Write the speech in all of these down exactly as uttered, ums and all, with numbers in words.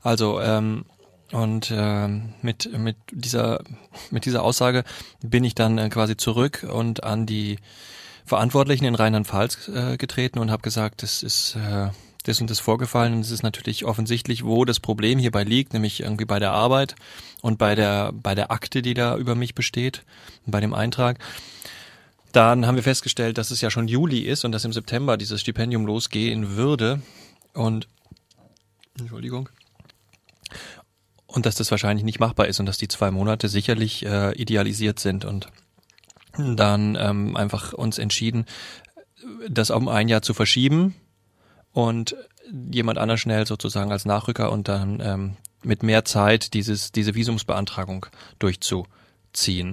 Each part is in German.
Also ähm, und äh, mit mit dieser mit dieser Aussage bin ich dann äh, quasi zurück und an die Verantwortlichen in Rheinland-Pfalz äh, getreten und habe gesagt, das ist äh, das und das vorgefallen und es ist natürlich offensichtlich, wo das Problem hierbei liegt, nämlich irgendwie bei der Arbeit und bei der bei der Akte, die da über mich besteht, bei dem Eintrag. Dann haben wir festgestellt, dass es ja schon Juli ist und dass im September dieses Stipendium losgehen würde und Entschuldigung und dass das wahrscheinlich nicht machbar ist und dass die zwei Monate sicherlich äh, idealisiert sind und dann ähm, einfach uns entschieden, das um ein Jahr zu verschieben und jemand anders schnell sozusagen als Nachrücker und dann ähm, mit mehr Zeit dieses diese Visumsbeantragung durchzuziehen.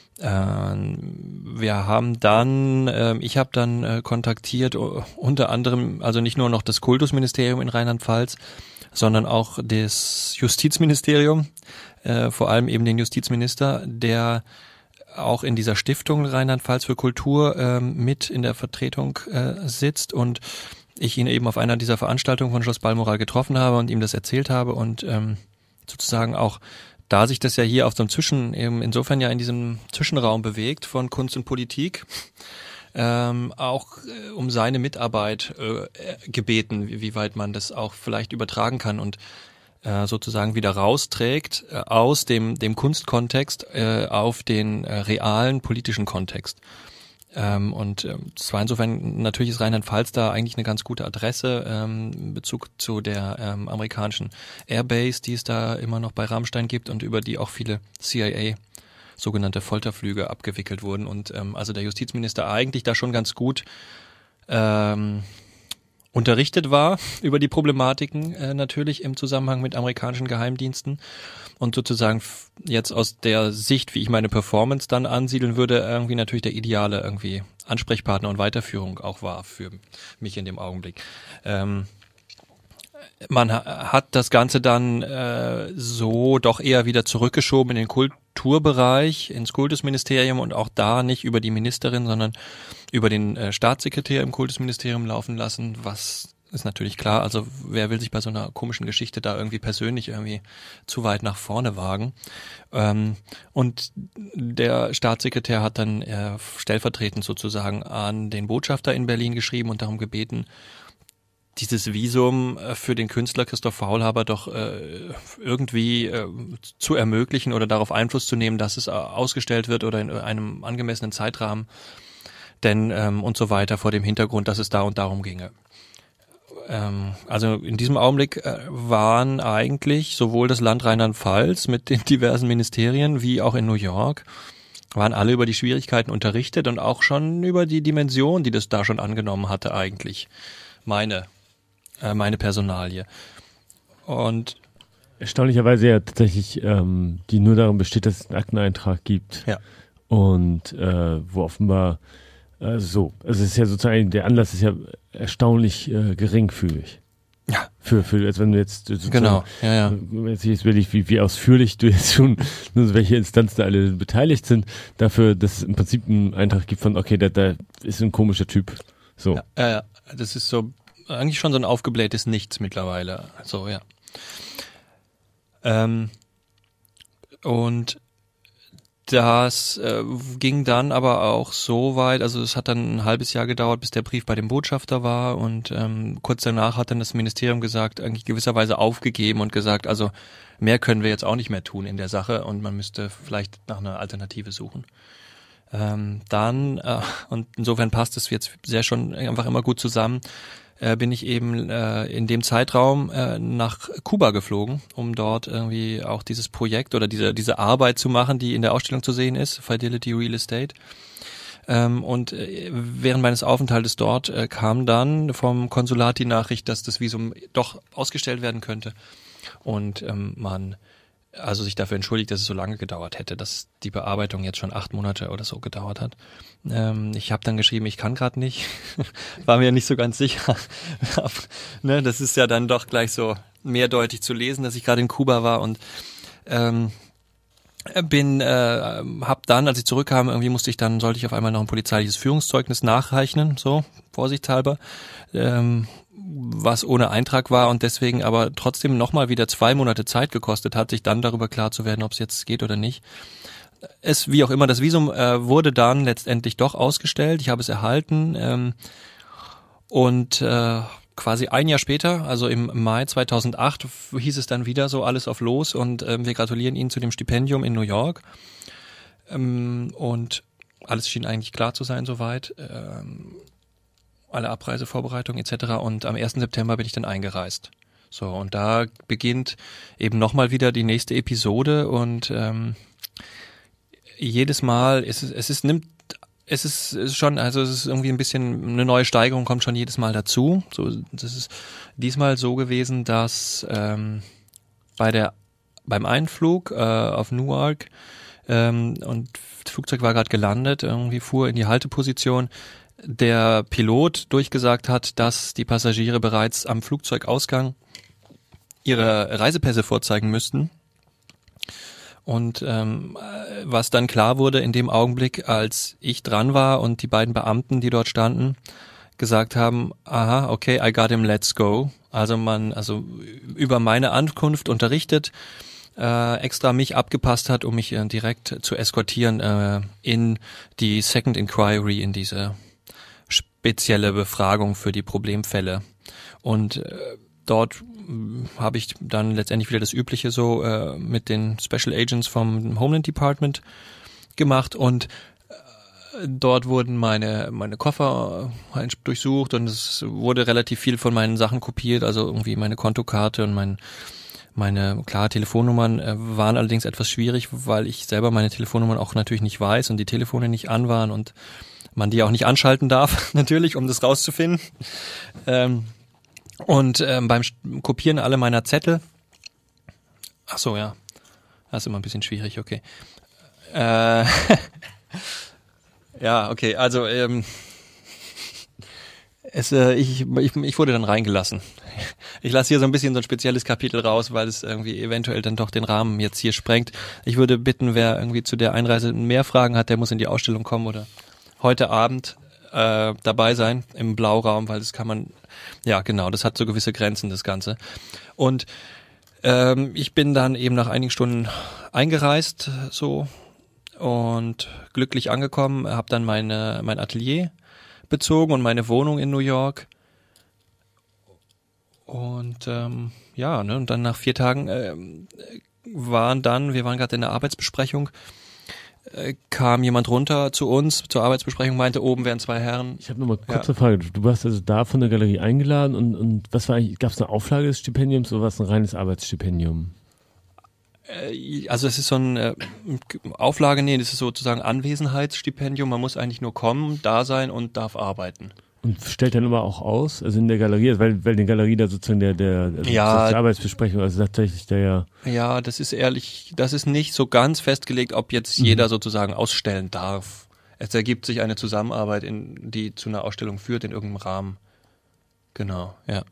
Ähm, wir haben dann, äh, ich habe dann äh, kontaktiert, uh, unter anderem, also nicht nur noch das Kultusministerium in Rheinland-Pfalz, sondern auch das Justizministerium, äh, vor allem eben den Justizminister, der auch in dieser Stiftung Rheinland-Pfalz für Kultur äh, mit in der Vertretung äh, sitzt und ich ihn eben auf einer dieser Veranstaltungen von Schloss Balmoral getroffen habe und ihm das erzählt habe und ähm, sozusagen auch, da sich das ja hier auf so einem Zwischen, eben insofern ja in diesem Zwischenraum bewegt von Kunst und Politik, ähm, auch äh, um seine Mitarbeit äh, gebeten, wie, wie weit man das auch vielleicht übertragen kann und äh, sozusagen wieder rausträgt äh, aus dem dem Kunstkontext äh, auf den äh, realen politischen Kontext. Ähm, und äh, das war insofern, natürlich ist Rheinland-Pfalz da eigentlich eine ganz gute Adresse ähm, in Bezug zu der ähm, amerikanischen Airbase, die es da immer noch bei Ramstein gibt und über die auch viele C I A sogenannte Folterflüge abgewickelt wurden und ähm, also der Justizminister eigentlich da schon ganz gut ähm, unterrichtet war über die Problematiken äh, natürlich im Zusammenhang mit amerikanischen Geheimdiensten und sozusagen f- jetzt aus der Sicht, wie ich meine Performance dann ansiedeln würde, irgendwie natürlich der ideale irgendwie Ansprechpartner und Weiterführung auch war für mich in dem Augenblick. Ähm, man ha- hat das Ganze dann äh, so doch eher wieder zurückgeschoben in den Kulturbereich, ins Kultusministerium und auch da nicht über die Ministerin, sondern über den äh, Staatssekretär im Kultusministerium laufen lassen, was ist natürlich klar, also wer will sich bei so einer komischen Geschichte da irgendwie persönlich irgendwie zu weit nach vorne wagen. Ähm, und der Staatssekretär hat dann äh, stellvertretend sozusagen an den Botschafter in Berlin geschrieben und darum gebeten, dieses Visum für den Künstler Christoph Faulhaber doch äh, irgendwie äh, zu ermöglichen oder darauf Einfluss zu nehmen, dass es ausgestellt wird oder in einem angemessenen Zeitrahmen, denn ähm, und so weiter vor dem Hintergrund, dass es da und darum ginge. Ähm, also in diesem Augenblick äh, waren eigentlich sowohl das Land Rheinland-Pfalz mit den diversen Ministerien wie auch in New York waren alle über die Schwierigkeiten unterrichtet und auch schon über die Dimension, die das da schon angenommen hatte eigentlich. Meine meine Personalie. Und erstaunlicherweise ja tatsächlich, ähm, die nur darin besteht, dass es einen Akteneintrag gibt. Ja. Und äh, wo offenbar äh, so, also es ist ja sozusagen, der Anlass ist ja erstaunlich äh, geringfügig. Ja. Für, für, als wenn du jetzt genau, ja, ja. Jetzt jetzt will ich, wie, wie ausführlich du jetzt schon, nur welche Instanzen da alle beteiligt sind, dafür, dass es im Prinzip einen Eintrag gibt von, okay, da, da ist ein komischer Typ. So. Ja, äh, das ist so eigentlich schon so ein aufgeblähtes Nichts mittlerweile. So, ja. Ähm, und das äh, ging dann aber auch so weit, also es hat dann ein halbes Jahr gedauert, bis der Brief bei dem Botschafter war und ähm, kurz danach hat dann das Ministerium gesagt, eigentlich gewisserweise aufgegeben und gesagt, also mehr können wir jetzt auch nicht mehr tun in der Sache und man müsste vielleicht nach einer Alternative suchen. Ähm, dann, äh, und insofern passt es jetzt sehr schon einfach immer gut zusammen, äh, bin ich eben äh, in dem Zeitraum äh, nach Kuba geflogen, um dort irgendwie auch dieses Projekt oder diese diese Arbeit zu machen, die in der Ausstellung zu sehen ist, Fidelity Real Estate. Ähm, und äh, während meines Aufenthaltes dort äh, kam dann vom Konsulat die Nachricht, dass das Visum doch ausgestellt werden könnte und ähm, man also sich dafür entschuldigt, dass es so lange gedauert hätte, dass die Bearbeitung jetzt schon acht Monate oder so gedauert hat. Ähm, ich habe dann geschrieben, ich kann gerade nicht, war mir nicht so ganz sicher. Ne, das ist ja dann doch gleich so mehrdeutig zu lesen, dass ich gerade in Kuba war und ähm, Bin, äh, hab dann, als ich zurückkam, irgendwie musste ich dann, sollte ich auf einmal noch ein polizeiliches Führungszeugnis nachreichen, so, vorsichtshalber, ähm, was ohne Eintrag war und deswegen aber trotzdem nochmal wieder zwei Monate Zeit gekostet hat, sich dann darüber klar zu werden, ob es jetzt geht oder nicht. Es, wie auch immer, das Visum äh, wurde dann letztendlich doch ausgestellt, ich habe es erhalten, ähm, und äh, quasi ein Jahr später, also im Mai zweitausendacht, hieß es dann wieder so, alles auf los und ähm, wir gratulieren Ihnen zu dem Stipendium in New York. Ähm, und alles schien eigentlich klar zu sein soweit. Ähm, alle Abreisevorbereitungen et cetera. Und am ersten September bin ich dann eingereist. So, und da beginnt eben nochmal wieder die nächste Episode und ähm, jedes Mal ist es, es ist, nimmt Es ist, es ist schon, also es ist irgendwie ein bisschen, eine neue Steigerung kommt schon jedes Mal dazu. So, das ist diesmal so gewesen, dass ähm, bei der beim Einflug äh, auf Newark ähm, und das Flugzeug war gerade gelandet, irgendwie fuhr in die Halteposition, der Pilot durchgesagt hat, dass die Passagiere bereits am Flugzeugausgang ihre Reisepässe vorzeigen müssten. Und ähm, was dann klar wurde in dem Augenblick, als ich dran war und die beiden Beamten, die dort standen, gesagt haben, aha, okay, I got him, let's go. Also man, also über meine Ankunft unterrichtet, äh, extra mich abgepasst hat, um mich äh, direkt zu eskortieren äh, in die Second Inquiry, in diese spezielle Befragung für die Problemfälle. Und äh, dort habe ich dann letztendlich wieder das Übliche so äh, mit den Special Agents vom Homeland Department gemacht und äh, dort wurden meine meine Koffer äh, durchsucht und es wurde relativ viel von meinen Sachen kopiert, also irgendwie meine Kontokarte und mein meine klar Telefonnummern äh, waren allerdings etwas schwierig, weil ich selber meine Telefonnummern auch natürlich nicht weiß und die Telefone nicht an waren und man die auch nicht anschalten darf, natürlich, um das rauszufinden. Ähm, Und ähm, beim Kopieren alle meiner Zettel, ach so, ja, das ist immer ein bisschen schwierig, okay. Äh, ja, okay, also ähm, es, äh, ich, ich, ich wurde dann reingelassen. Ich lasse hier so ein bisschen so ein spezielles Kapitel raus, weil es irgendwie eventuell dann doch den Rahmen jetzt hier sprengt. Ich würde bitten, wer irgendwie zu der Einreise mehr Fragen hat, der muss in die Ausstellung kommen oder heute Abend äh, dabei sein im Blauraum, weil das kann man, ja genau, das hat so gewisse Grenzen, das Ganze. Und ähm, ich bin dann eben nach einigen Stunden eingereist, so, und glücklich angekommen, habe dann meine mein Atelier bezogen und meine Wohnung in New York. Und ähm, ja, ne, und dann nach vier Tagen äh, waren dann, wir waren gerade in der Arbeitsbesprechung, kam jemand runter zu uns zur Arbeitsbesprechung, meinte, oben wären zwei Herren. Ich habe nochmal kurz ja. eine Frage. Du warst also da von der Galerie eingeladen und, und was war eigentlich, gab es eine Auflage des Stipendiums oder war es ein reines Arbeitsstipendium? Also es ist so eine Auflage, nee, das ist sozusagen Anwesenheitsstipendium. Man muss eigentlich nur kommen, da sein und darf arbeiten. Und stellt dann immer auch aus, also in der Galerie, weil weil die Galerie da sozusagen der der also ja, die Arbeitsbesprechung, also tatsächlich der ja. Ja, das ist ehrlich, das ist nicht so ganz festgelegt, ob jetzt mhm. jeder sozusagen ausstellen darf. Es ergibt sich eine Zusammenarbeit, in, die zu einer Ausstellung führt in irgendeinem Rahmen. Genau, ja.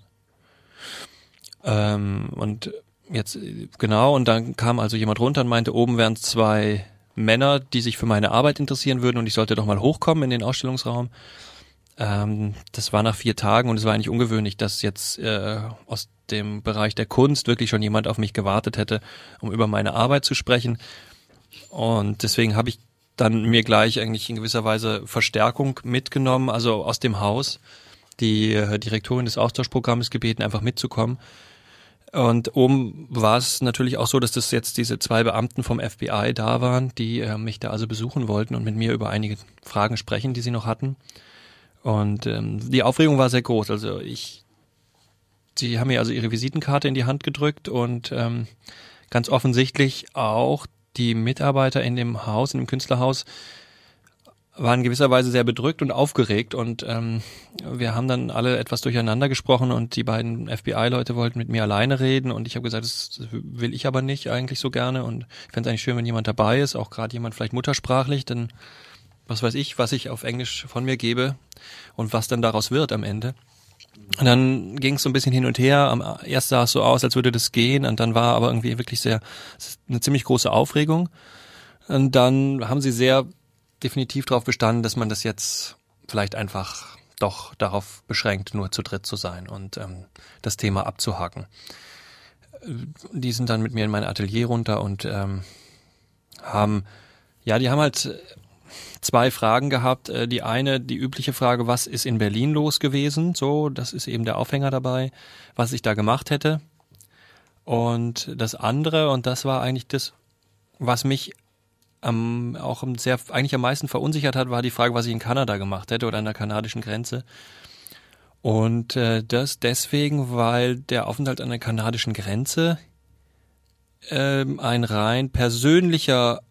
Ähm, und jetzt genau und dann kam also jemand runter und meinte, oben wären zwei Männer, die sich für meine Arbeit interessieren würden und ich sollte doch mal hochkommen in den Ausstellungsraum. Ähm, das war nach vier Tagen und es war eigentlich ungewöhnlich, dass jetzt äh, aus dem Bereich der Kunst wirklich schon jemand auf mich gewartet hätte, um über meine Arbeit zu sprechen. Und deswegen habe ich dann mir gleich eigentlich in gewisser Weise Verstärkung mitgenommen, also aus dem Haus, die äh, Direktorin des Austauschprogramms gebeten, einfach mitzukommen. Und oben war es natürlich auch so, dass das jetzt diese zwei Beamten vom F B I da waren, die äh, mich da also besuchen wollten und mit mir über einige Fragen sprechen, die sie noch hatten. Und ähm, die Aufregung war sehr groß. Also ich, sie haben mir also ihre Visitenkarte in die Hand gedrückt und ähm, ganz offensichtlich auch die Mitarbeiter in dem Haus, in dem Künstlerhaus, waren in gewisser Weise sehr bedrückt und aufgeregt und ähm, wir haben dann alle etwas durcheinander gesprochen und die beiden F B I-Leute wollten mit mir alleine reden und ich habe gesagt, das will ich aber nicht eigentlich so gerne und ich fände es eigentlich schön, wenn jemand dabei ist, auch gerade jemand vielleicht muttersprachlich, denn was weiß ich, was ich auf Englisch von mir gebe und was dann daraus wird am Ende. Und dann ging es so ein bisschen hin und her. Erst sah es so aus, als würde das gehen, und dann war aber irgendwie wirklich sehr eine ziemlich große Aufregung. Und dann haben sie sehr definitiv darauf bestanden, dass man das jetzt vielleicht einfach doch darauf beschränkt, nur zu dritt zu sein und ähm, das Thema abzuhaken. Die sind dann mit mir in mein Atelier runter und ähm, haben, ja, die haben halt zwei Fragen gehabt. Die eine, die übliche Frage, was ist in Berlin los gewesen? So, das ist eben der Aufhänger dabei, was ich da gemacht hätte. Und das andere, und das war eigentlich das, was mich am, auch sehr, eigentlich am meisten verunsichert hat, war die Frage, was ich in Kanada gemacht hätte oder an der kanadischen Grenze. Und äh, das deswegen, weil der Aufenthalt an der kanadischen Grenze ähm, ein rein persönlicher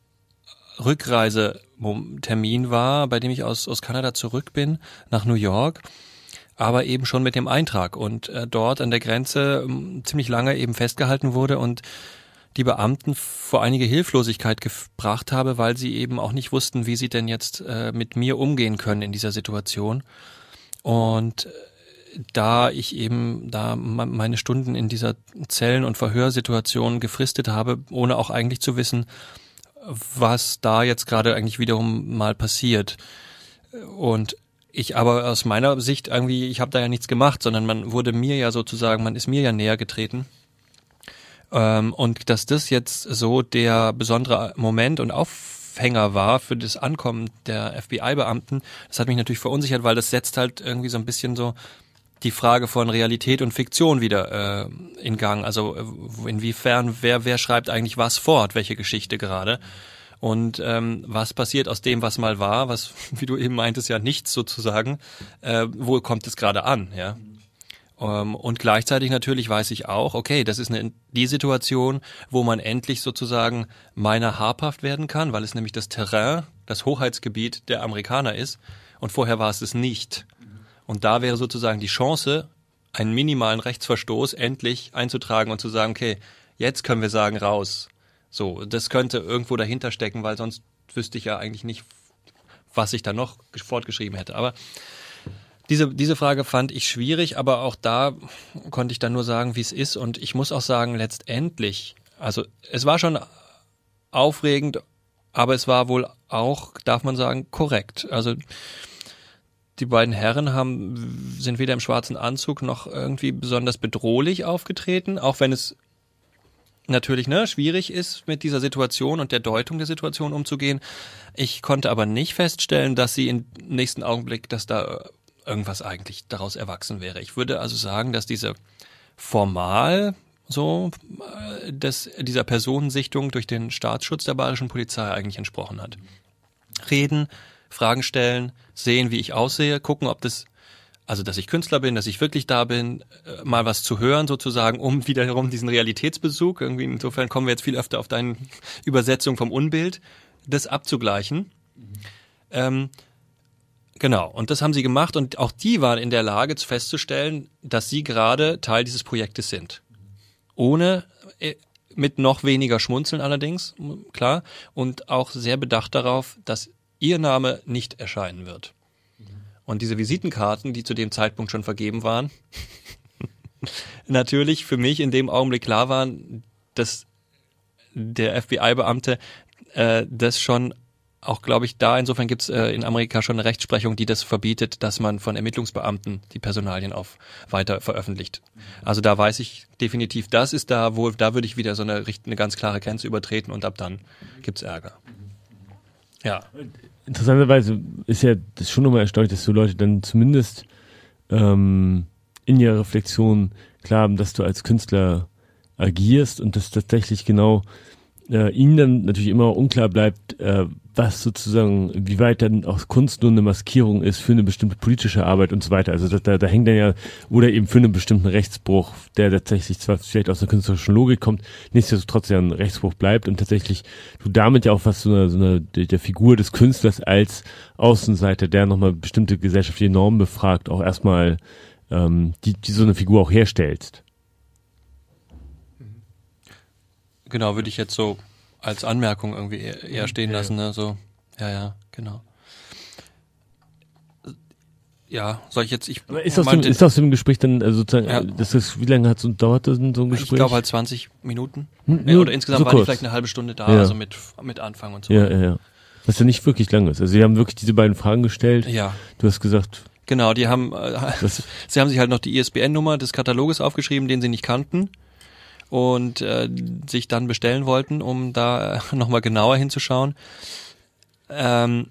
Rückreisetermin war, bei dem ich aus, aus Kanada zurück bin nach New York, aber eben schon mit dem Eintrag und äh, dort an der Grenze äh, ziemlich lange eben festgehalten wurde und die Beamten vor einige Hilflosigkeit gebracht habe, weil sie eben auch nicht wussten, wie sie denn jetzt äh, mit mir umgehen können in dieser Situation. Und äh, da ich eben da meine Stunden in dieser Zellen- und Verhörsituation gefristet habe, ohne auch eigentlich zu wissen, was da jetzt gerade eigentlich wiederum mal passiert. Und ich aber aus meiner Sicht irgendwie, ich habe da ja nichts gemacht, sondern man wurde mir ja sozusagen, man ist mir ja näher getreten. Ähm, und dass das jetzt so der besondere Moment und Aufhänger war für das Ankommen der F B I-Beamten, das hat mich natürlich verunsichert, weil das setzt halt irgendwie so ein bisschen so die Frage von Realität und Fiktion wieder äh, in Gang. Also äh, inwiefern, wer wer schreibt eigentlich was fort, welche Geschichte gerade? Und ähm, was passiert aus dem, was mal war, was, wie du eben meintest, ja nichts sozusagen, äh, wo kommt es gerade an, ja? Um, und gleichzeitig natürlich weiß ich auch, okay, das ist eine, die Situation, wo man endlich sozusagen meiner habhaft werden kann, weil es nämlich das Terrain, das Hoheitsgebiet der Amerikaner ist und vorher war es es nicht. Und da wäre sozusagen die Chance, einen minimalen Rechtsverstoß endlich einzutragen und zu sagen, okay, jetzt können wir sagen, raus. So, das könnte irgendwo dahinter stecken, weil sonst wüsste ich ja eigentlich nicht, was ich da noch fortgeschrieben hätte. Aber diese, diese Frage fand ich schwierig, aber auch da konnte ich dann nur sagen, wie es ist. Und ich muss auch sagen, letztendlich, also es war schon aufregend, aber es war wohl auch, darf man sagen, korrekt. Also die beiden Herren haben, sind weder im schwarzen Anzug noch irgendwie besonders bedrohlich aufgetreten, auch wenn es natürlich ne, schwierig ist, mit dieser Situation und der Deutung der Situation umzugehen. Ich konnte aber nicht feststellen, dass sie im nächsten Augenblick, dass da irgendwas eigentlich daraus erwachsen wäre. Ich würde also sagen, dass diese formal so des, dieser Personensichtung durch den Staatsschutz der bayerischen Polizei eigentlich entsprochen hat. Reden, Fragen stellen, sehen, wie ich aussehe, gucken, ob das, also dass ich Künstler bin, dass ich wirklich da bin, mal was zu hören sozusagen, um wiederum diesen Realitätsbezug, irgendwie insofern kommen wir jetzt viel öfter auf deine Übersetzung vom Unbild, das abzugleichen. Mhm. Ähm, genau, und das haben sie gemacht und auch die waren in der Lage festzustellen, dass sie gerade Teil dieses Projektes sind. Ohne, mit noch weniger Schmunzeln allerdings, klar, und auch sehr bedacht darauf, dass ihr Name nicht erscheinen wird. Und diese Visitenkarten, die zu dem Zeitpunkt schon vergeben waren, natürlich für mich in dem Augenblick klar waren, dass der F B I-Beamte äh, das schon auch, glaube ich, da insofern gibt es äh, in Amerika schon eine Rechtsprechung, die das verbietet, dass man von Ermittlungsbeamten die Personalien auf weiter veröffentlicht. Also da weiß ich definitiv, das ist da, wo da würde ich wieder so eine, eine ganz klare Grenze übertreten und ab dann gibt's Ärger. Ja. Interessanterweise ist ja das schon nochmal erstaunlich, dass so Leute dann zumindest ähm, in ihrer Reflexion klar haben, dass du als Künstler agierst und dass tatsächlich genau äh, ihnen dann natürlich immer unklar bleibt, äh, was sozusagen, wie weit dann auch Kunst nur eine Maskierung ist für eine bestimmte politische Arbeit und so weiter. Also da, da hängt dann ja, oder eben für einen bestimmten Rechtsbruch, der tatsächlich zwar vielleicht aus einer künstlerischen Logik kommt, nichtsdestotrotz ja ein Rechtsbruch bleibt und tatsächlich du damit ja auch was so eine, so eine der Figur des Künstlers als Außenseiter, der nochmal bestimmte gesellschaftliche Normen befragt, auch erstmal ähm, die, die so eine Figur auch herstellst. Genau, würde ich jetzt so als Anmerkung irgendwie eher stehen lassen, ne? So, ja, ja, genau. Ja, soll ich jetzt, ich Aber ist aus, dem, ist aus dem Gespräch dann also sozusagen, ja. das ist, wie lange hat so, dauert das so ein Gespräch? Ich glaube halt zwanzig Minuten. Hm, ja, oder insgesamt so waren die kurz. vielleicht eine halbe Stunde da, Ja. also mit, mit Anfang und so. Ja, ja, ja. Was ja nicht wirklich lang ist. Also sie haben wirklich diese beiden Fragen gestellt. Ja. Du hast gesagt. Genau, die haben, äh, sie haben sich halt noch die I S B N-Nummer des Kataloges aufgeschrieben, den sie nicht kannten und äh, sich dann bestellen wollten, um da äh, nochmal genauer hinzuschauen. Ähm,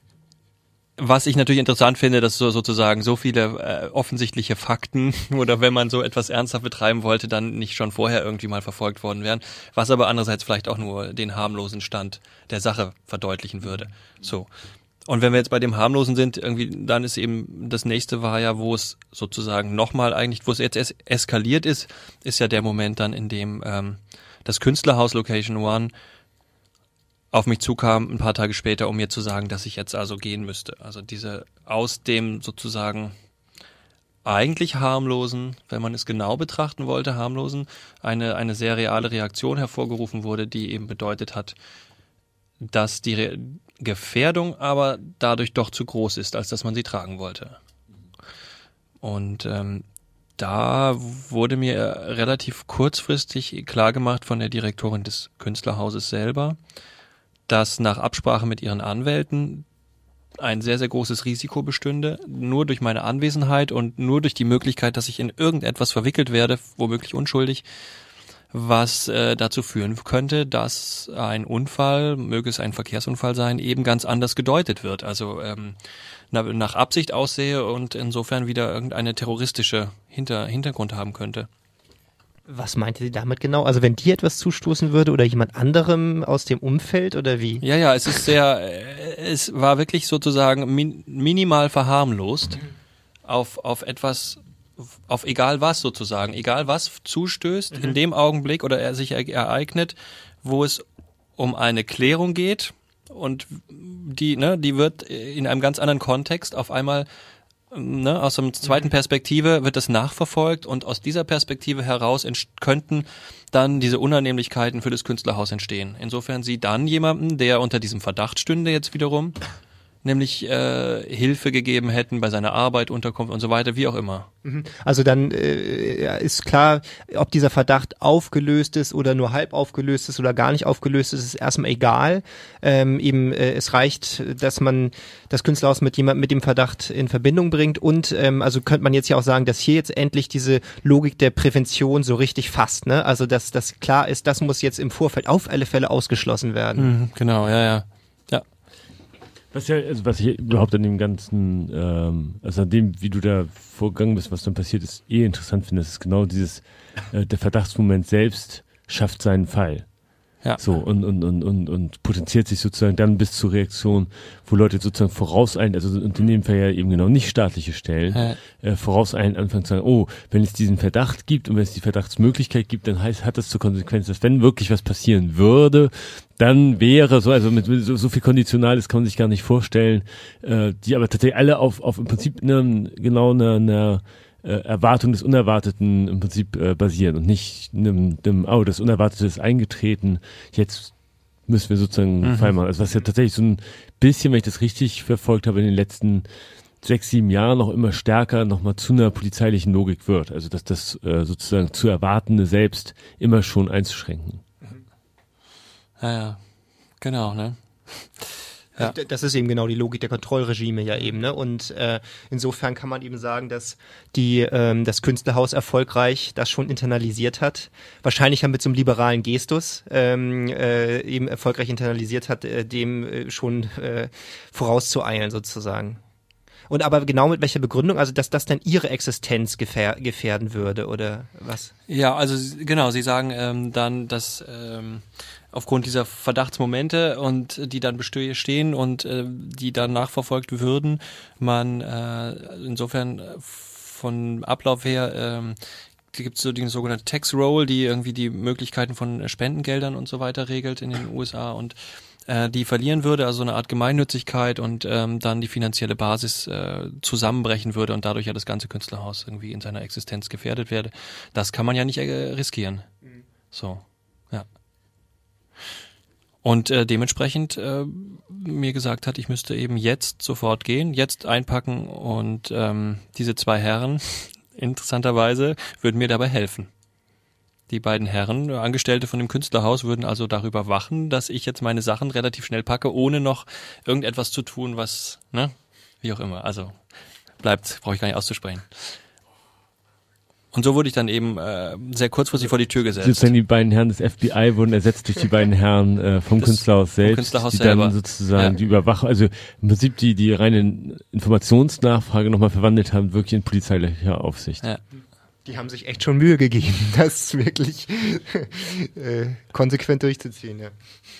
Was ich natürlich interessant finde, dass so sozusagen so viele äh, offensichtliche Fakten oder wenn man so etwas ernsthaft betreiben wollte, dann nicht schon vorher irgendwie mal verfolgt worden wären, was aber andererseits vielleicht auch nur den harmlosen Stand der Sache verdeutlichen würde. So. Und wenn wir jetzt bei dem harmlosen sind, irgendwie, dann ist eben das nächste war ja, wo es sozusagen nochmal eigentlich, wo es jetzt es eskaliert ist, ist ja der Moment dann, in dem ähm, das Künstlerhaus Location One auf mich zukam, ein paar Tage später, um mir zu sagen, dass ich jetzt also gehen müsste. Also diese aus dem sozusagen eigentlich harmlosen, wenn man es genau betrachten wollte, harmlosen, eine eine sehr reale Reaktion hervorgerufen wurde, die eben bedeutet hat, dass die Re- Gefährdung aber dadurch doch zu groß ist, als dass man sie tragen wollte. Und ähm, da wurde mir relativ kurzfristig klargemacht von der Direktorin des Künstlerhauses selber, dass nach Absprache mit ihren Anwälten ein sehr, sehr großes Risiko bestünde, nur durch meine Anwesenheit und nur durch die Möglichkeit, dass ich in irgendetwas verwickelt werde, womöglich unschuldig, was äh, dazu führen könnte, dass ein Unfall, möge es ein Verkehrsunfall sein, eben ganz anders gedeutet wird. Also ähm, nach, nach Absicht aussehe und insofern wieder irgendeine terroristische Hinter, Hintergrund haben könnte. Was meinte sie damit genau? Also wenn dir etwas zustoßen würde oder jemand anderem aus dem Umfeld oder wie? Ja, ja, es ist sehr, äh, es war wirklich sozusagen min, minimal verharmlost auf, auf etwas, auf egal was sozusagen, egal was zustößt, mhm. in dem Augenblick oder er sich ereignet, wo es um eine Klärung geht und die, ne, die wird in einem ganz anderen Kontext auf einmal Ne, aus einer zweiten Perspektive wird das nachverfolgt und aus dieser Perspektive heraus ent- könnten dann diese Unannehmlichkeiten für das Künstlerhaus entstehen. Insofern sie dann jemanden, der unter diesem Verdacht stünde jetzt wiederum, nämlich äh, Hilfe gegeben hätten bei seiner Arbeit, Unterkunft und so weiter, wie auch immer. Also dann äh, ist klar, ob dieser Verdacht aufgelöst ist oder nur halb aufgelöst ist oder gar nicht aufgelöst ist, ist erstmal egal. Ähm, eben äh, es reicht, dass man das Künstlerhaus mit jemandem mit dem Verdacht in Verbindung bringt und ähm, also könnte man jetzt ja auch sagen, dass hier jetzt endlich diese Logik der Prävention so richtig fasst, ne? Also dass das klar ist, das muss jetzt im Vorfeld auf alle Fälle ausgeschlossen werden. Mhm, genau, ja, ja. Was ja, also was ich überhaupt an dem ganzen, ähm, also an dem, wie du da vorgegangen bist, was dann passiert ist, eh interessant finde, das ist genau dieses, äh, der Verdachtsmoment selbst schafft seinen Fall. Ja. So, und, und, und, und, und potenziert sich sozusagen dann bis zur Reaktion, wo Leute sozusagen vorauseilen, also und in dem Fall ja eben genau nicht staatliche Stellen, Ja. äh, vorauseilen anfangen zu sagen, oh, wenn es diesen Verdacht gibt und wenn es die Verdachtsmöglichkeit gibt, dann heißt, hat das zur Konsequenz, dass wenn wirklich was passieren würde, dann wäre so, also mit, mit so, so viel Konditionales kann man sich gar nicht vorstellen, äh, die aber tatsächlich alle auf, auf im Prinzip ne, genau einer, einer äh, Erwartung des Unerwarteten im Prinzip äh, basieren und nicht einem, einem, oh, das Unerwartete ist eingetreten, jetzt müssen wir sozusagen einen Mhm. Fall machen. Also was ja tatsächlich so ein bisschen, wenn ich das richtig verfolgt habe, in den letzten sechs, sieben Jahren noch immer stärker nochmal zu einer polizeilichen Logik wird. Also dass das äh, sozusagen zu Erwartende selbst immer schon einzuschränken. Ja, ja, genau, ne? Ja. Das ist eben genau die Logik der Kontrollregime ja eben, ne? Und äh, insofern kann man eben sagen, dass die ähm, das Künstlerhaus erfolgreich das schon internalisiert hat. Wahrscheinlich ja mit so einem liberalen Gestus ähm, äh, eben erfolgreich internalisiert hat, äh, dem äh, schon äh, vorauszueilen sozusagen. Und aber genau mit welcher Begründung? Also dass das dann ihre Existenz gefähr- gefährden würde oder was? Ja, also sie- genau, Sie sagen ähm, dann, dass ähm, aufgrund dieser Verdachtsmomente und die dann bestehen und äh, die dann nachverfolgt würden, man äh, insofern von Ablauf her ähm, gibt es so die sogenannte Tax Roll, die irgendwie die Möglichkeiten von Spendengeldern und so weiter regelt in den U S A und äh, die verlieren würde, also so eine Art Gemeinnützigkeit und ähm, dann die finanzielle Basis äh, zusammenbrechen würde und dadurch ja das ganze Künstlerhaus irgendwie in seiner Existenz gefährdet werde. Das kann man ja nicht äh, riskieren. So, ja. Und äh, dementsprechend äh, mir gesagt hat, ich müsste eben jetzt sofort gehen, jetzt einpacken und ähm, diese zwei Herren, interessanterweise, würden mir dabei helfen. Die beiden Herren, Angestellte von dem Künstlerhaus, würden also darüber wachen, dass ich jetzt meine Sachen relativ schnell packe, ohne noch irgendetwas zu tun, was, ne, wie auch immer, also bleibt, brauche ich gar nicht auszusprechen. Und so wurde ich dann eben äh, sehr kurzfristig vor die Tür gesetzt. Sozusagen die beiden Herren des F B I wurden ersetzt durch die beiden Herren äh, vom Das Künstlerhaus selbst, Künstlerhaus die selber. dann sozusagen Ja. die Überwachung, also im Prinzip die die reine Informationsnachfrage nochmal verwandelt haben, wirklich in polizeiliche Aufsicht. Ja. Die haben sich echt schon Mühe gegeben, das wirklich äh, konsequent durchzuziehen. Ja.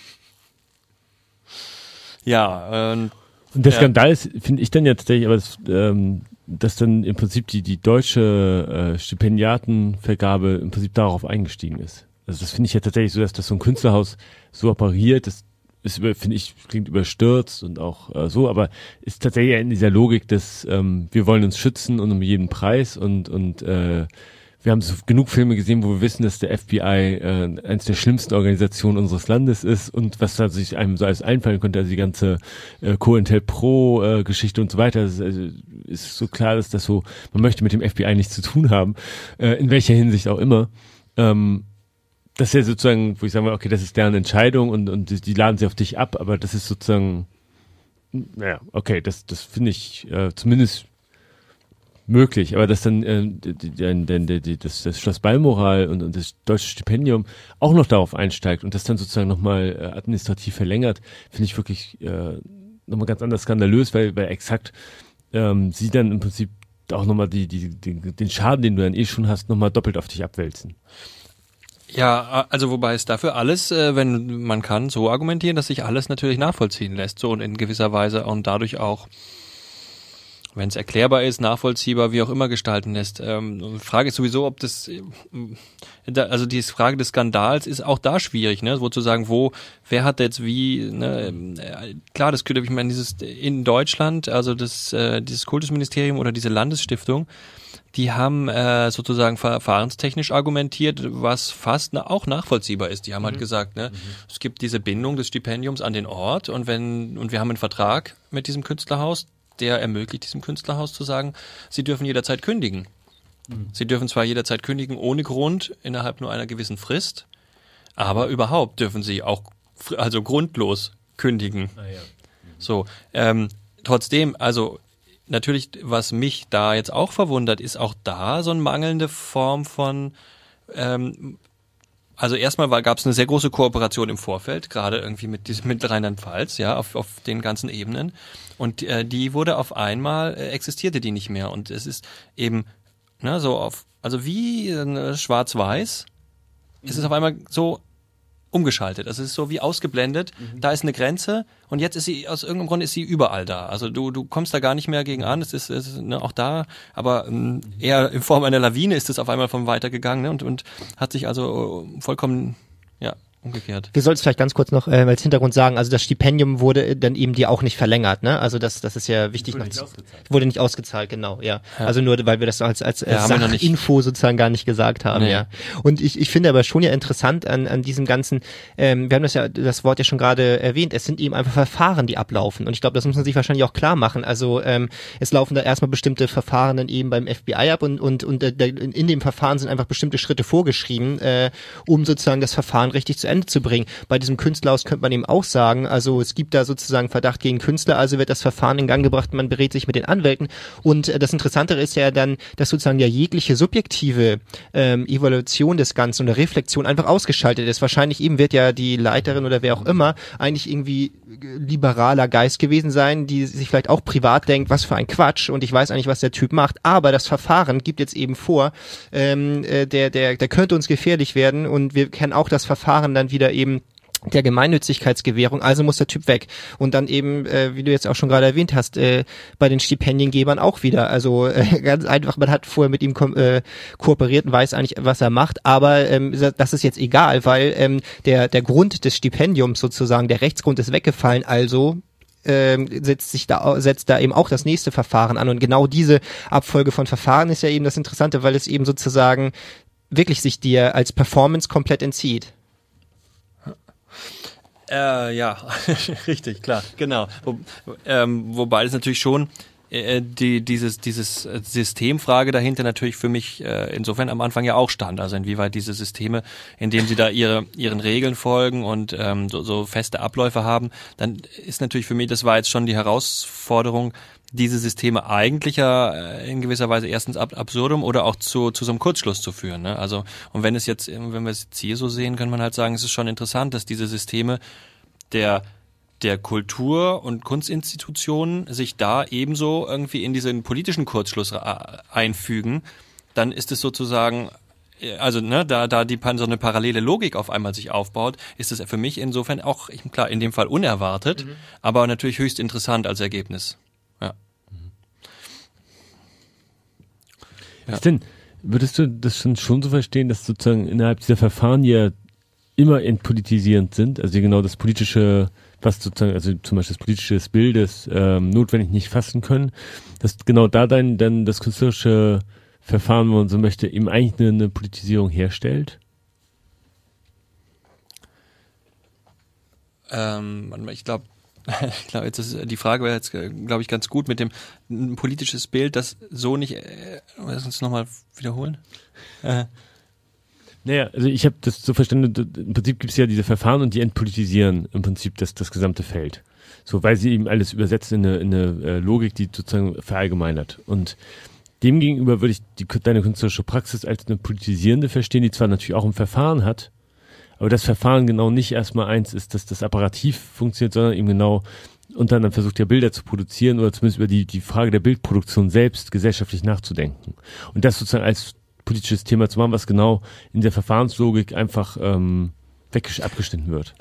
Ja, ähm, Und der Ja. Skandal ist, finde ich dann ja tatsächlich, aber das, ähm, dass dann im Prinzip die, die deutsche äh, Stipendiatenvergabe im Prinzip darauf eingestiegen ist. Also das finde ich ja tatsächlich so, dass das so ein Künstlerhaus so operiert, das ist, über- finde ich, klingt überstürzt und auch äh, so, aber ist tatsächlich in dieser Logik, dass ähm, wir wollen uns schützen und um jeden Preis und, und äh, wir haben so genug Filme gesehen, wo wir wissen, dass der F B I äh, eines der schlimmsten Organisationen unseres Landes ist und was da sich einem so alles einfallen konnte, also die ganze äh, COINTELPRO äh, Geschichte und so weiter, das ist, also, ist so klar, dass das so, man möchte mit dem F B I nichts zu tun haben, äh, in welcher Hinsicht auch immer. Ähm, das ist ja sozusagen, wo ich sagen will, okay, das ist deren Entscheidung und, und die, die laden sie auf dich ab, aber das ist sozusagen, naja, okay, das, das finde ich äh, zumindest möglich, aber dass dann äh, die, die, die, die, das, das Schloss Balmoral und, und das deutsche Stipendium auch noch darauf einsteigt und das dann sozusagen nochmal äh, administrativ verlängert, finde ich wirklich äh, nochmal ganz anders skandalös, weil, weil exakt ähm, sie dann im Prinzip auch nochmal die, die, die, den Schaden, den du dann eh schon hast, nochmal doppelt auf dich abwälzen. ja, also wobei es dafür alles, äh, wenn man kann, so argumentieren, dass sich alles natürlich nachvollziehen lässt, so und in gewisser Weise und dadurch auch, wenn es erklärbar ist, nachvollziehbar, wie auch immer gestalten lässt. Ähm, Frage ist sowieso, ob das, äh, da, also die Frage des Skandals ist auch da schwierig, ne, wo zu sagen, wo, wer hat jetzt wie, ne, äh, klar, das könnte, ich meine, dieses in Deutschland, also das, äh, dieses Kultusministerium oder diese Landesstiftung, die haben äh, sozusagen verfahrenstechnisch argumentiert, was fast na, auch nachvollziehbar ist. Die haben halt gesagt, ne, es gibt diese Bindung des Stipendiums an den Ort und wenn, und wir haben einen Vertrag mit diesem Künstlerhaus, der ermöglicht diesem Künstlerhaus zu sagen, sie dürfen jederzeit kündigen. Mhm. Sie dürfen zwar jederzeit kündigen ohne Grund innerhalb nur einer gewissen Frist, aber überhaupt dürfen sie auch also grundlos kündigen. Ah, ja. So, ähm, trotzdem, also natürlich, was mich da jetzt auch verwundert, ist auch da so eine mangelnde Form von ähm, also erstmal gab es eine sehr große Kooperation im Vorfeld, gerade irgendwie mit diesem mit Rheinland-Pfalz, ja, auf, auf den ganzen Ebenen. Und äh, die wurde auf einmal äh, existierte die nicht mehr. Und es ist eben, ne, so auf, also wie äh, schwarz-weiß, mhm. ist es auf einmal so umgeschaltet. Also es ist so wie ausgeblendet. Mhm. Da ist eine Grenze und jetzt ist sie, aus irgendeinem Grund ist sie überall da. Also du du kommst da gar nicht mehr gegen an. Es ist, es ist ne, auch da, aber ähm, eher in Form einer Lawine ist es auf einmal vom weitergegangen, ne, und und hat sich also vollkommen, ja, umgekehrt. Wir sollten es vielleicht ganz kurz noch äh, als Hintergrund sagen, also das Stipendium wurde dann eben dir auch nicht verlängert, ne? Also das das ist ja wichtig wurde noch. Nicht zu, ausgezahlt. wurde nicht ausgezahlt, genau, ja. Ja. Also nur, weil wir das als als Ja, haben wir noch nicht. Sachinfo sozusagen gar nicht gesagt haben, Nee. ja. Und ich ich finde aber schon ja interessant an an diesem ganzen, ähm, wir haben das ja das Wort ja schon gerade erwähnt, es sind eben einfach Verfahren, die ablaufen. Und ich glaube, das muss man sich wahrscheinlich auch klar machen. Also ähm, es laufen da erstmal bestimmte Verfahren dann eben beim F B I ab und und und äh, der, in dem Verfahren sind einfach bestimmte Schritte vorgeschrieben, äh, um sozusagen das Verfahren richtig zu Ende zu bringen. Bei diesem Künstlerhaus könnte man eben auch sagen, also es gibt da sozusagen Verdacht gegen Künstler, also wird das Verfahren in Gang gebracht, man berät sich mit den Anwälten und äh, das Interessantere ist ja dann, dass sozusagen ja jegliche subjektive ähm, Evaluation des Ganzen oder Reflexion einfach ausgeschaltet ist. Wahrscheinlich eben wird ja die Leiterin oder wer auch immer eigentlich irgendwie liberaler Geist gewesen sein, die sich vielleicht auch privat denkt, was für ein Quatsch und ich weiß eigentlich, was der Typ macht, aber das Verfahren gibt jetzt eben vor, ähm, äh, der, der, der könnte uns gefährlich werden und wir kennen auch das Verfahren dann wieder eben der Gemeinnützigkeitsgewährung, also muss der Typ weg. Und dann eben, äh, wie du jetzt auch schon gerade erwähnt hast, äh, bei den Stipendiengebern auch wieder. Also äh, ganz einfach, man hat vorher mit ihm ko- äh, kooperiert und weiß eigentlich, was er macht, aber ähm, das ist jetzt egal, weil ähm, der der Grund des Stipendiums sozusagen, der Rechtsgrund ist weggefallen, also ähm, setzt sich da setzt da eben auch das nächste Verfahren an und genau diese Abfolge von Verfahren ist ja eben das Interessante, weil es eben sozusagen wirklich sich dir als Performance komplett entzieht. Äh, ja, richtig, klar, genau. Wo, ähm, wobei es natürlich schon äh, die, dieses, dieses Systemfrage dahinter natürlich für mich äh, insofern am Anfang ja auch stand. Also inwieweit diese Systeme, indem sie da ihre ihren Regeln folgen und ähm, so, so feste Abläufe haben, dann ist natürlich für mich, das war jetzt schon die Herausforderung, diese Systeme eigentlich ja äh, in gewisser Weise erstens ab absurdum oder auch zu zu so einem Kurzschluss zu führen. Ne? Also und wenn es jetzt, wenn wir es jetzt hier so sehen, kann man halt sagen, es ist schon interessant, dass diese Systeme der der Kultur- und Kunstinstitutionen sich da ebenso irgendwie in diesen politischen Kurzschluss einfügen, dann ist es sozusagen, also ne, da da die so eine parallele Logik auf einmal sich aufbaut, ist es für mich insofern auch, klar, in dem Fall unerwartet, mhm. aber natürlich höchst interessant als Ergebnis. Ja. Ja. Ist denn, würdest du das schon, schon so verstehen, dass sozusagen innerhalb dieser Verfahren ja immer entpolitisierend sind, also genau das politische, was sozusagen, also zum Beispiel das politische Bild des ähm, notwendig nicht fassen können, dass genau da dann, dann das künstlerische Verfahren, wenn man so möchte, eben eigentlich eine, eine Politisierung herstellt? Ähm, ich glaube, ich glaube, jetzt ist die Frage wäre jetzt, glaube ich, ganz gut mit dem ein politisches Bild, das so nicht. Äh, lass uns nochmal wiederholen. Äh. Naja, also ich habe das so verstanden, im Prinzip gibt es ja diese Verfahren und die entpolitisieren im Prinzip das, das gesamte Feld. So, weil sie eben alles übersetzen in eine, in eine Logik, die sozusagen verallgemeinert. Und demgegenüber würde ich die, deine künstlerische Praxis als eine politisierende verstehen, die zwar natürlich auch ein Verfahren hat, aber das Verfahren genau nicht erstmal eins ist, dass das apparativ funktioniert, sondern eben genau unter anderem versucht ja Bilder zu produzieren oder zumindest über die, die Frage der Bildproduktion selbst gesellschaftlich nachzudenken. Und das sozusagen als politisches Thema zu machen, was genau in der Verfahrenslogik einfach ähm, weg abgeschnitten wird.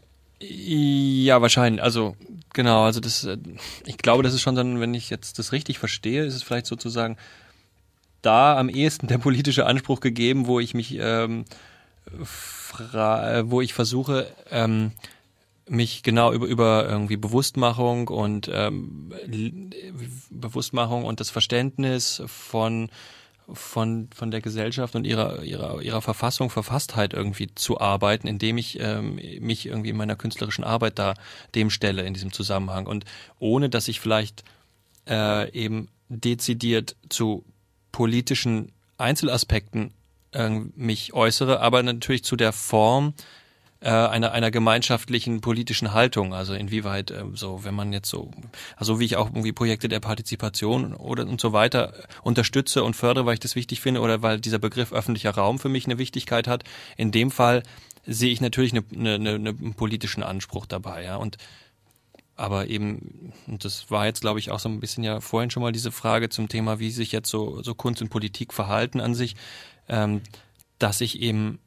Ja, wahrscheinlich. Also genau, also das, ich glaube, das ist schon dann, wenn ich jetzt das richtig verstehe, ist es vielleicht sozusagen da am ehesten der politische Anspruch gegeben, wo ich mich, ähm, fra- wo ich versuche, ähm, mich genau über über irgendwie Bewusstmachung und ähm, Bewusstmachung und das Verständnis von von von der Gesellschaft und ihrer ihrer ihrer Verfassung, Verfasstheit irgendwie zu arbeiten, indem ich ähm, mich irgendwie in meiner künstlerischen Arbeit da dem stelle in diesem Zusammenhang und ohne dass ich vielleicht äh, eben dezidiert zu politischen Einzelaspekten äh, mich äußere, aber natürlich zu der Form äh, einer einer gemeinschaftlichen politischen Haltung, also inwieweit äh, so, wenn man jetzt so, also wie ich auch irgendwie Projekte der Partizipation oder und so weiter unterstütze und fördere, weil ich das wichtig finde oder weil dieser Begriff öffentlicher Raum für mich eine Wichtigkeit hat. In dem Fall sehe ich natürlich eine, eine, eine, einen politischen Anspruch dabei, ja, und aber eben, und das war jetzt, glaube ich, auch so ein bisschen ja vorhin schon mal diese Frage zum Thema, wie sich jetzt so so Kunst und Politik verhalten an sich, ähm, dass ich eben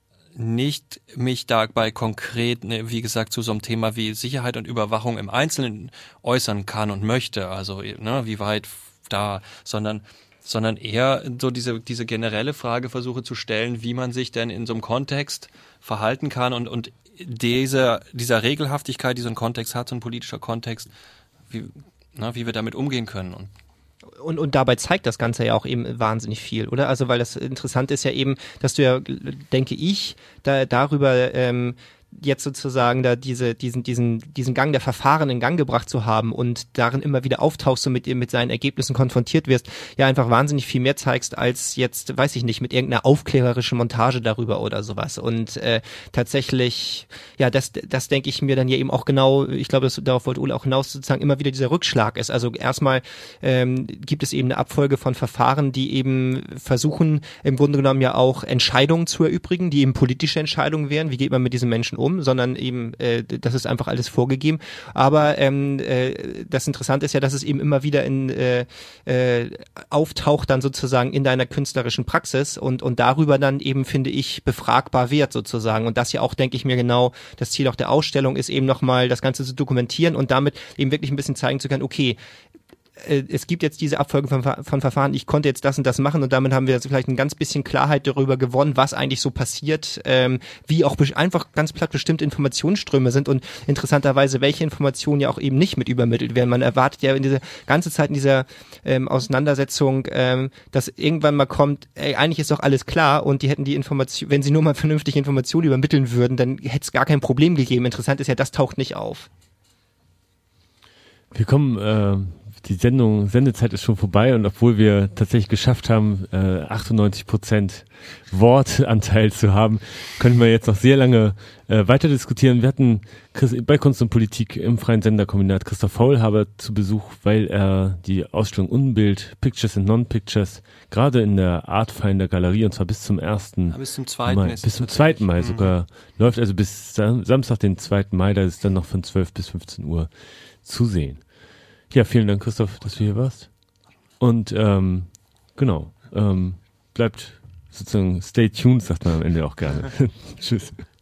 nicht mich dabei konkret, ne, wie gesagt, zu so einem Thema wie Sicherheit und Überwachung im Einzelnen äußern kann und möchte, also ne, wie weit da, sondern sondern eher so diese diese generelle Frage versuche zu stellen, wie man sich denn in so einem Kontext verhalten kann und und diese dieser Regelhaftigkeit, die so ein Kontext hat, so ein politischer Kontext, wie na, wie wir damit umgehen können. Und Und, und dabei zeigt das Ganze ja auch eben wahnsinnig viel, oder? Also weil das Interessante ist ja eben, dass du ja, denke ich, da darüber ähm, jetzt sozusagen da diese diesen diesen diesen Gang der Verfahren in Gang gebracht zu haben und darin immer wieder auftauchst und mit mit seinen Ergebnissen konfrontiert wirst, ja einfach wahnsinnig viel mehr zeigst als jetzt, weiß ich nicht, mit irgendeiner aufklärerischen Montage darüber oder sowas. Und äh, tatsächlich, ja, das das denke ich mir dann ja eben auch genau, ich glaube, das, darauf wollte Ole auch hinaus, sozusagen immer wieder dieser Rückschlag ist. Also erstmal ähm, gibt es eben eine Abfolge von Verfahren, die eben versuchen, im Grunde genommen ja auch Entscheidungen zu erübrigen, die eben politische Entscheidungen wären. Wie geht man mit diesen Menschen um? Sondern eben, äh, das ist einfach alles vorgegeben. Aber ähm, äh, das Interessante ist ja, dass es eben immer wieder in äh, äh, auftaucht dann sozusagen in deiner künstlerischen Praxis und und darüber dann eben, finde ich, befragbar wird sozusagen. Und das ja auch, denke ich mir, genau das Ziel auch der Ausstellung ist, eben nochmal das Ganze zu dokumentieren und damit eben wirklich ein bisschen zeigen zu können, okay, äh, es gibt jetzt diese Abfolge von, von Verfahren, ich konnte jetzt das und das machen und damit haben wir jetzt vielleicht ein ganz bisschen Klarheit darüber gewonnen, was eigentlich so passiert, ähm, wie auch be- einfach ganz platt bestimmte Informationsströme sind und interessanterweise, welche Informationen ja auch eben nicht mit übermittelt werden. Man erwartet ja in dieser ganze Zeit in dieser ähm, Auseinandersetzung, ähm, dass irgendwann mal kommt, ey, eigentlich ist doch alles klar und die hätten die Information, wenn sie nur mal vernünftige Informationen übermitteln würden, dann hätte es gar kein Problem gegeben. Interessant ist ja, das taucht nicht auf. Wir kommen, äh, die Sendung, Sendezeit ist schon vorbei und obwohl wir tatsächlich geschafft haben, äh, achtundneunzig Prozent Wortanteil zu haben, können wir jetzt noch sehr lange äh, weiter diskutieren. Wir hatten Chris, bei Kunst und Politik im Freien Senderkombinat Christoph Faulhaber zu Besuch, weil er die Ausstellung Unbild, Pictures and Non-Pictures, gerade in der Artfinder Galerie, und zwar bis zum ersten Ja, bis zum zweiten Mai, ist bis es zum zweiten Mai mhm. sogar, läuft also bis Sam- Samstag, den zweiten Mai, da ist es dann noch von zwölf bis fünfzehn Uhr zu sehen. Ja, vielen Dank, Christoph, dass du hier warst. Und ähm, genau, ähm, bleibt sozusagen stay tuned, sagt man am Ende auch gerne. Tschüss.